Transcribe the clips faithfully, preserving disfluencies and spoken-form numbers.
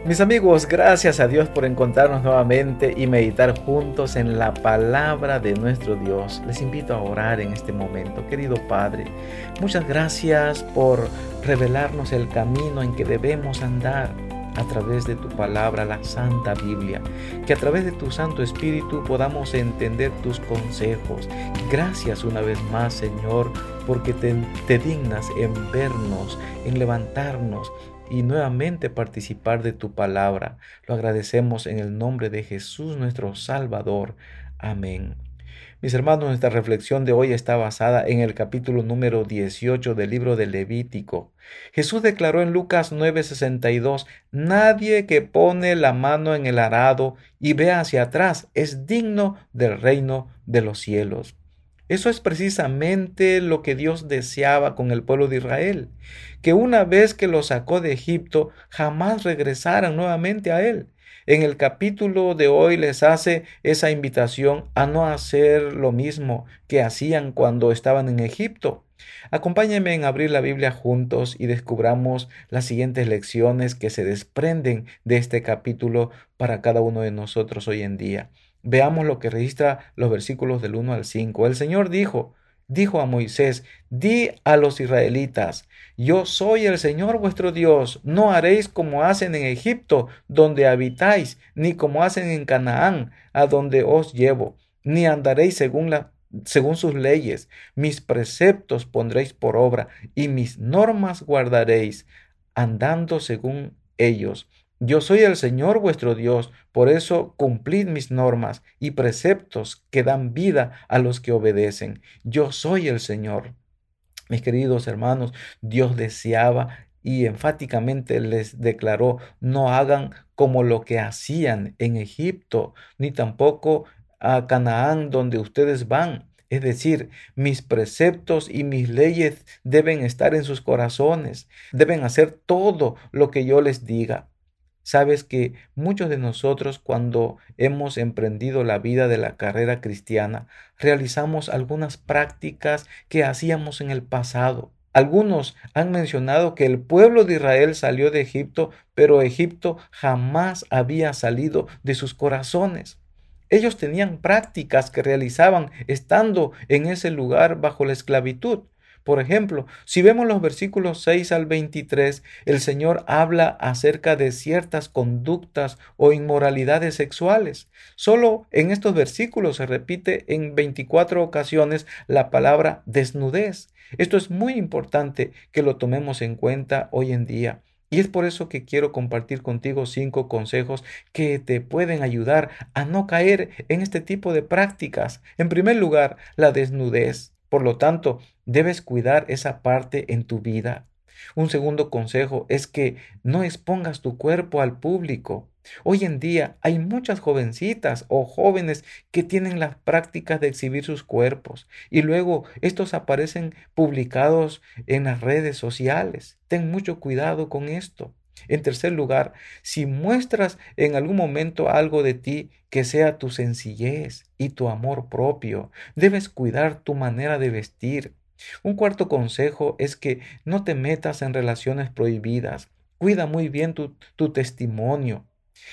Mis amigos, gracias a Dios por encontrarnos nuevamente y meditar juntos en la palabra de nuestro Dios. Les invito a orar en este momento. Querido Padre, muchas gracias por revelarnos el camino en que debemos andar a través de tu palabra, la Santa Biblia. Que a través de tu Santo Espíritu podamos entender tus consejos. Gracias una vez más, Señor, porque te, te dignas en vernos, en levantarnos y nuevamente participar de tu palabra. Lo agradecemos en el nombre de Jesús nuestro Salvador. Amén. Mis hermanos, nuestra reflexión de hoy está basada en el capítulo número dieciocho del libro de Levítico. Jesús declaró en Lucas nueve sesenta y dos: nadie que pone la mano en el arado y ve hacia atrás es digno del reino de los cielos. Eso es precisamente lo que Dios deseaba con el pueblo de Israel, que una vez que lo sacó de Egipto, jamás regresaran nuevamente a él. En el capítulo de hoy les hace esa invitación a no hacer lo mismo que hacían cuando estaban en Egipto. Acompáñenme en abrir la Biblia juntos y descubramos las siguientes lecciones que se desprenden de este capítulo para cada uno de nosotros hoy en día. Veamos lo que registra los versículos del uno al cinco. El Señor dijo, dijo a Moisés: di a los israelitas, yo soy el Señor vuestro Dios. No haréis como hacen en Egipto, donde habitáis, ni como hacen en Canaán, a donde os llevo, ni andaréis según la según sus leyes. Mis preceptos pondréis por obra, y mis normas guardaréis, andando según ellos. Yo soy el Señor vuestro Dios, por eso cumplid mis normas y preceptos que dan vida a los que obedecen. Yo soy el Señor. Mis queridos hermanos, Dios deseaba y enfáticamente les declaró: no hagan como lo que hacían en Egipto, ni tampoco a Canaán donde ustedes van. Es decir, mis preceptos y mis leyes deben estar en sus corazones, deben hacer todo lo que yo les diga. Sabes que muchos de nosotros, cuando hemos emprendido la vida de la carrera cristiana, realizamos algunas prácticas que hacíamos en el pasado. Algunos han mencionado que el pueblo de Israel salió de Egipto, pero Egipto jamás había salido de sus corazones. Ellos tenían prácticas que realizaban estando en ese lugar bajo la esclavitud. Por ejemplo, si vemos los versículos seis al veintitrés, el Señor habla acerca de ciertas conductas o inmoralidades sexuales. Solo en estos versículos se repite en veinticuatro ocasiones la palabra desnudez. Esto es muy importante que lo tomemos en cuenta hoy en día. Y es por eso que quiero compartir contigo cinco consejos que te pueden ayudar a no caer en este tipo de prácticas. En primer lugar, la desnudez. Por lo tanto, debes cuidar esa parte en tu vida. Un segundo consejo es que no expongas tu cuerpo al público. Hoy en día hay muchas jovencitas o jóvenes que tienen las prácticas de exhibir sus cuerpos y luego estos aparecen publicados en las redes sociales. Ten mucho cuidado con esto. En tercer lugar, si muestras en algún momento algo de ti, que sea tu sencillez y tu amor propio. Debes cuidar tu manera de vestir. Un cuarto consejo es que no te metas en relaciones prohibidas. Cuida muy bien tu, tu testimonio.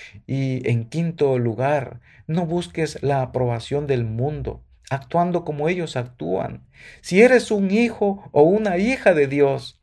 Y en quinto lugar, no busques la aprobación del mundo, actuando como ellos actúan. Si eres un hijo o una hija de Dios,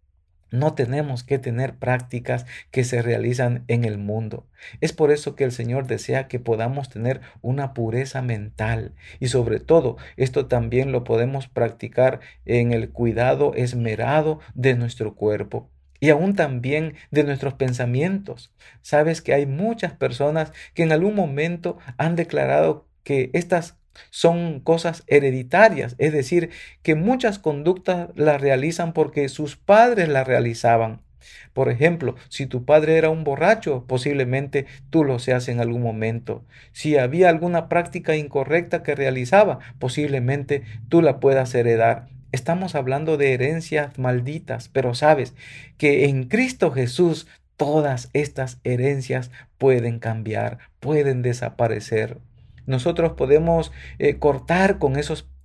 no tenemos que tener prácticas que se realizan en el mundo. Es por eso que el Señor desea que podamos tener una pureza mental y sobre todo esto también lo podemos practicar en el cuidado esmerado de nuestro cuerpo y aún también de nuestros pensamientos. Sabes que hay muchas personas que en algún momento han declarado que estas son cosas hereditarias, es decir, que muchas conductas las realizan porque sus padres las realizaban. Por ejemplo, si tu padre era un borracho, posiblemente tú lo seas en algún momento. Si había alguna práctica incorrecta que realizaba, posiblemente tú la puedas heredar. Estamos hablando de herencias malditas, pero sabes que en Cristo Jesús todas estas herencias pueden cambiar, pueden desaparecer. Nosotros podemos eh, cortar con esos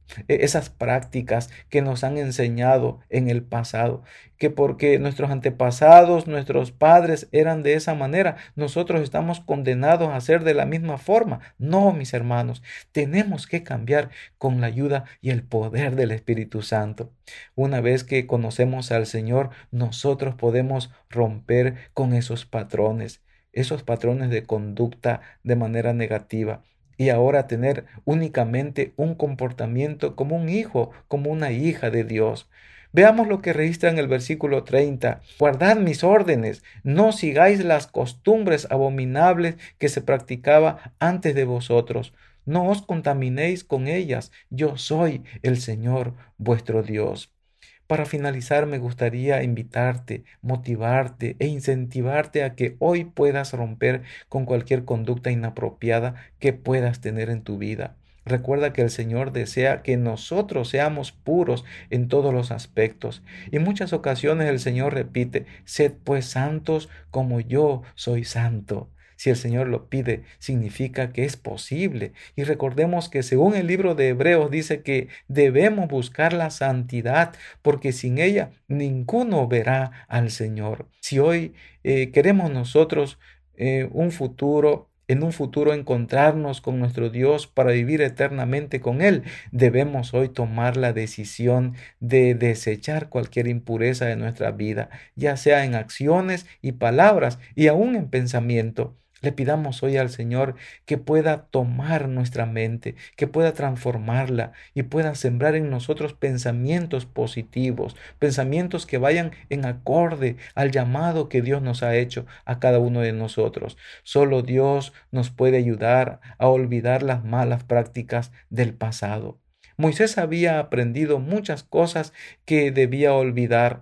e- esas prácticas que nos han enseñado en el pasado, que porque nuestros antepasados, nuestros padres eran de esa manera, nosotros estamos condenados a ser de la misma forma. No, mis hermanos, tenemos que cambiar con la ayuda y el poder del Espíritu Santo. Una vez que conocemos al Señor, nosotros podemos romper con esos patrones, esos patrones de conducta de manera negativa, y ahora tener únicamente un comportamiento como un hijo, como una hija de Dios. Veamos lo que registra en el versículo treinta. Guardad mis órdenes, no sigáis las costumbres abominables que se practicaba antes de vosotros. No os contaminéis con ellas. Yo soy el Señor vuestro Dios. Para finalizar, me gustaría invitarte, motivarte e incentivarte a que hoy puedas romper con cualquier conducta inapropiada que puedas tener en tu vida. Recuerda que el Señor desea que nosotros seamos puros en todos los aspectos. Y en muchas ocasiones el Señor repite, sed pues santos como yo soy santo. Si el Señor lo pide, significa que es posible. Y recordemos que según el libro de Hebreos dice que debemos buscar la santidad, porque sin ella ninguno verá al Señor. Si hoy eh, queremos nosotros eh, un futuro, en un futuro encontrarnos con nuestro Dios para vivir eternamente con Él, debemos hoy tomar la decisión de desechar cualquier impureza de nuestra vida, ya sea en acciones y palabras y aún en pensamiento. Le pidamos hoy al Señor que pueda tomar nuestra mente, que pueda transformarla y pueda sembrar en nosotros pensamientos positivos, pensamientos que vayan en acorde al llamado que Dios nos ha hecho a cada uno de nosotros. Solo Dios nos puede ayudar a olvidar las malas prácticas del pasado. Moisés había aprendido muchas cosas que debía olvidar: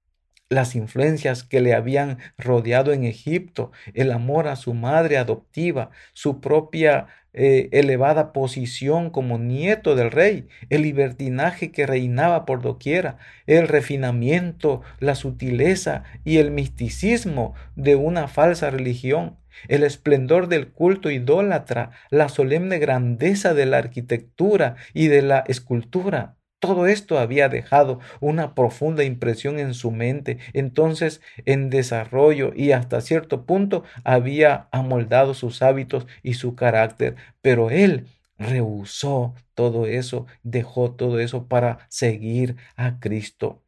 las influencias que le habían rodeado en Egipto, el amor a su madre adoptiva, su propia eh, elevada posición como nieto del rey, el libertinaje que reinaba por doquiera, el refinamiento, la sutileza y el misticismo de una falsa religión, el esplendor del culto idólatra, la solemne grandeza de la arquitectura y de la escultura. Todo esto había dejado una profunda impresión en su mente. Entonces, en desarrollo y hasta cierto punto había amoldado sus hábitos y su carácter. Pero él rehusó todo eso, dejó todo eso para seguir a Cristo.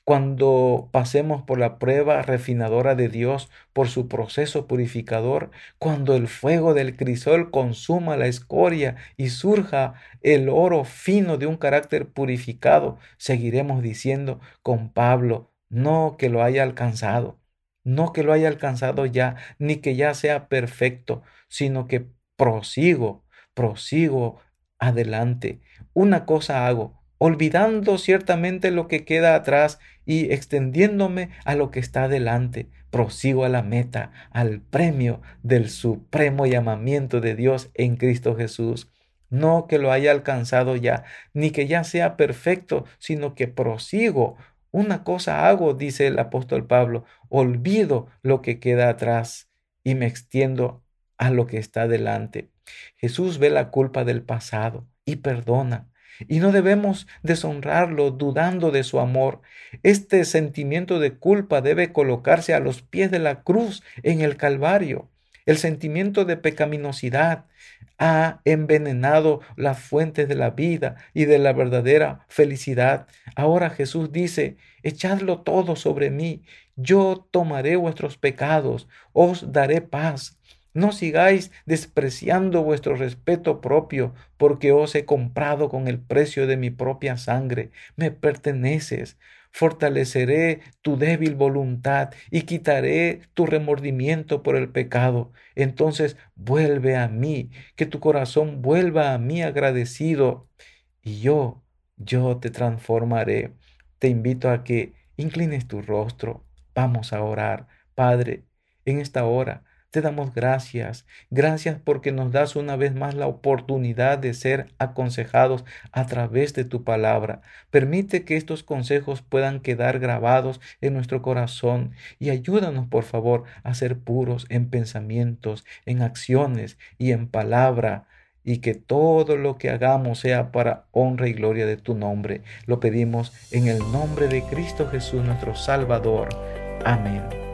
Cuando pasemos por la prueba refinadora de Dios, por su proceso purificador, cuando el fuego del crisol consuma la escoria y surja el oro fino de un carácter purificado, seguiremos diciendo con Pablo, no que lo haya alcanzado, no que lo haya alcanzado ya, ni que ya sea perfecto, sino que prosigo, prosigo adelante. Una cosa hago, olvidando ciertamente lo que queda atrás y extendiéndome a lo que está delante. Prosigo a la meta, al premio del supremo llamamiento de Dios en Cristo Jesús. No que lo haya alcanzado ya, ni que ya sea perfecto, sino que prosigo. Una cosa hago, dice el apóstol Pablo, olvido lo que queda atrás y me extiendo a lo que está delante. Jesús ve la culpa del pasado y perdona. Y no debemos deshonrarlo dudando de su amor. Este sentimiento de culpa debe colocarse a los pies de la cruz en el Calvario. El sentimiento de pecaminosidad ha envenenado las fuentes de la vida y de la verdadera felicidad. Ahora Jesús dice, echadlo todo sobre mí, yo tomaré vuestros pecados, os daré paz. No sigáis despreciando vuestro respeto propio, porque os he comprado con el precio de mi propia sangre. Me perteneces. Fortaleceré tu débil voluntad y quitaré tu remordimiento por el pecado. Entonces vuelve a mí, que tu corazón vuelva a mí agradecido, y yo, yo te transformaré. Te invito a que inclines tu rostro. Vamos a orar. Padre, en esta hora te damos gracias, gracias porque nos das una vez más la oportunidad de ser aconsejados a través de tu palabra. Permite que estos consejos puedan quedar grabados en nuestro corazón y ayúdanos, por favor, a ser puros en pensamientos, en acciones y en palabra. y que todo lo que hagamos sea para honra y gloria de tu nombre. Lo pedimos en el nombre de Cristo Jesús, nuestro Salvador. Amén.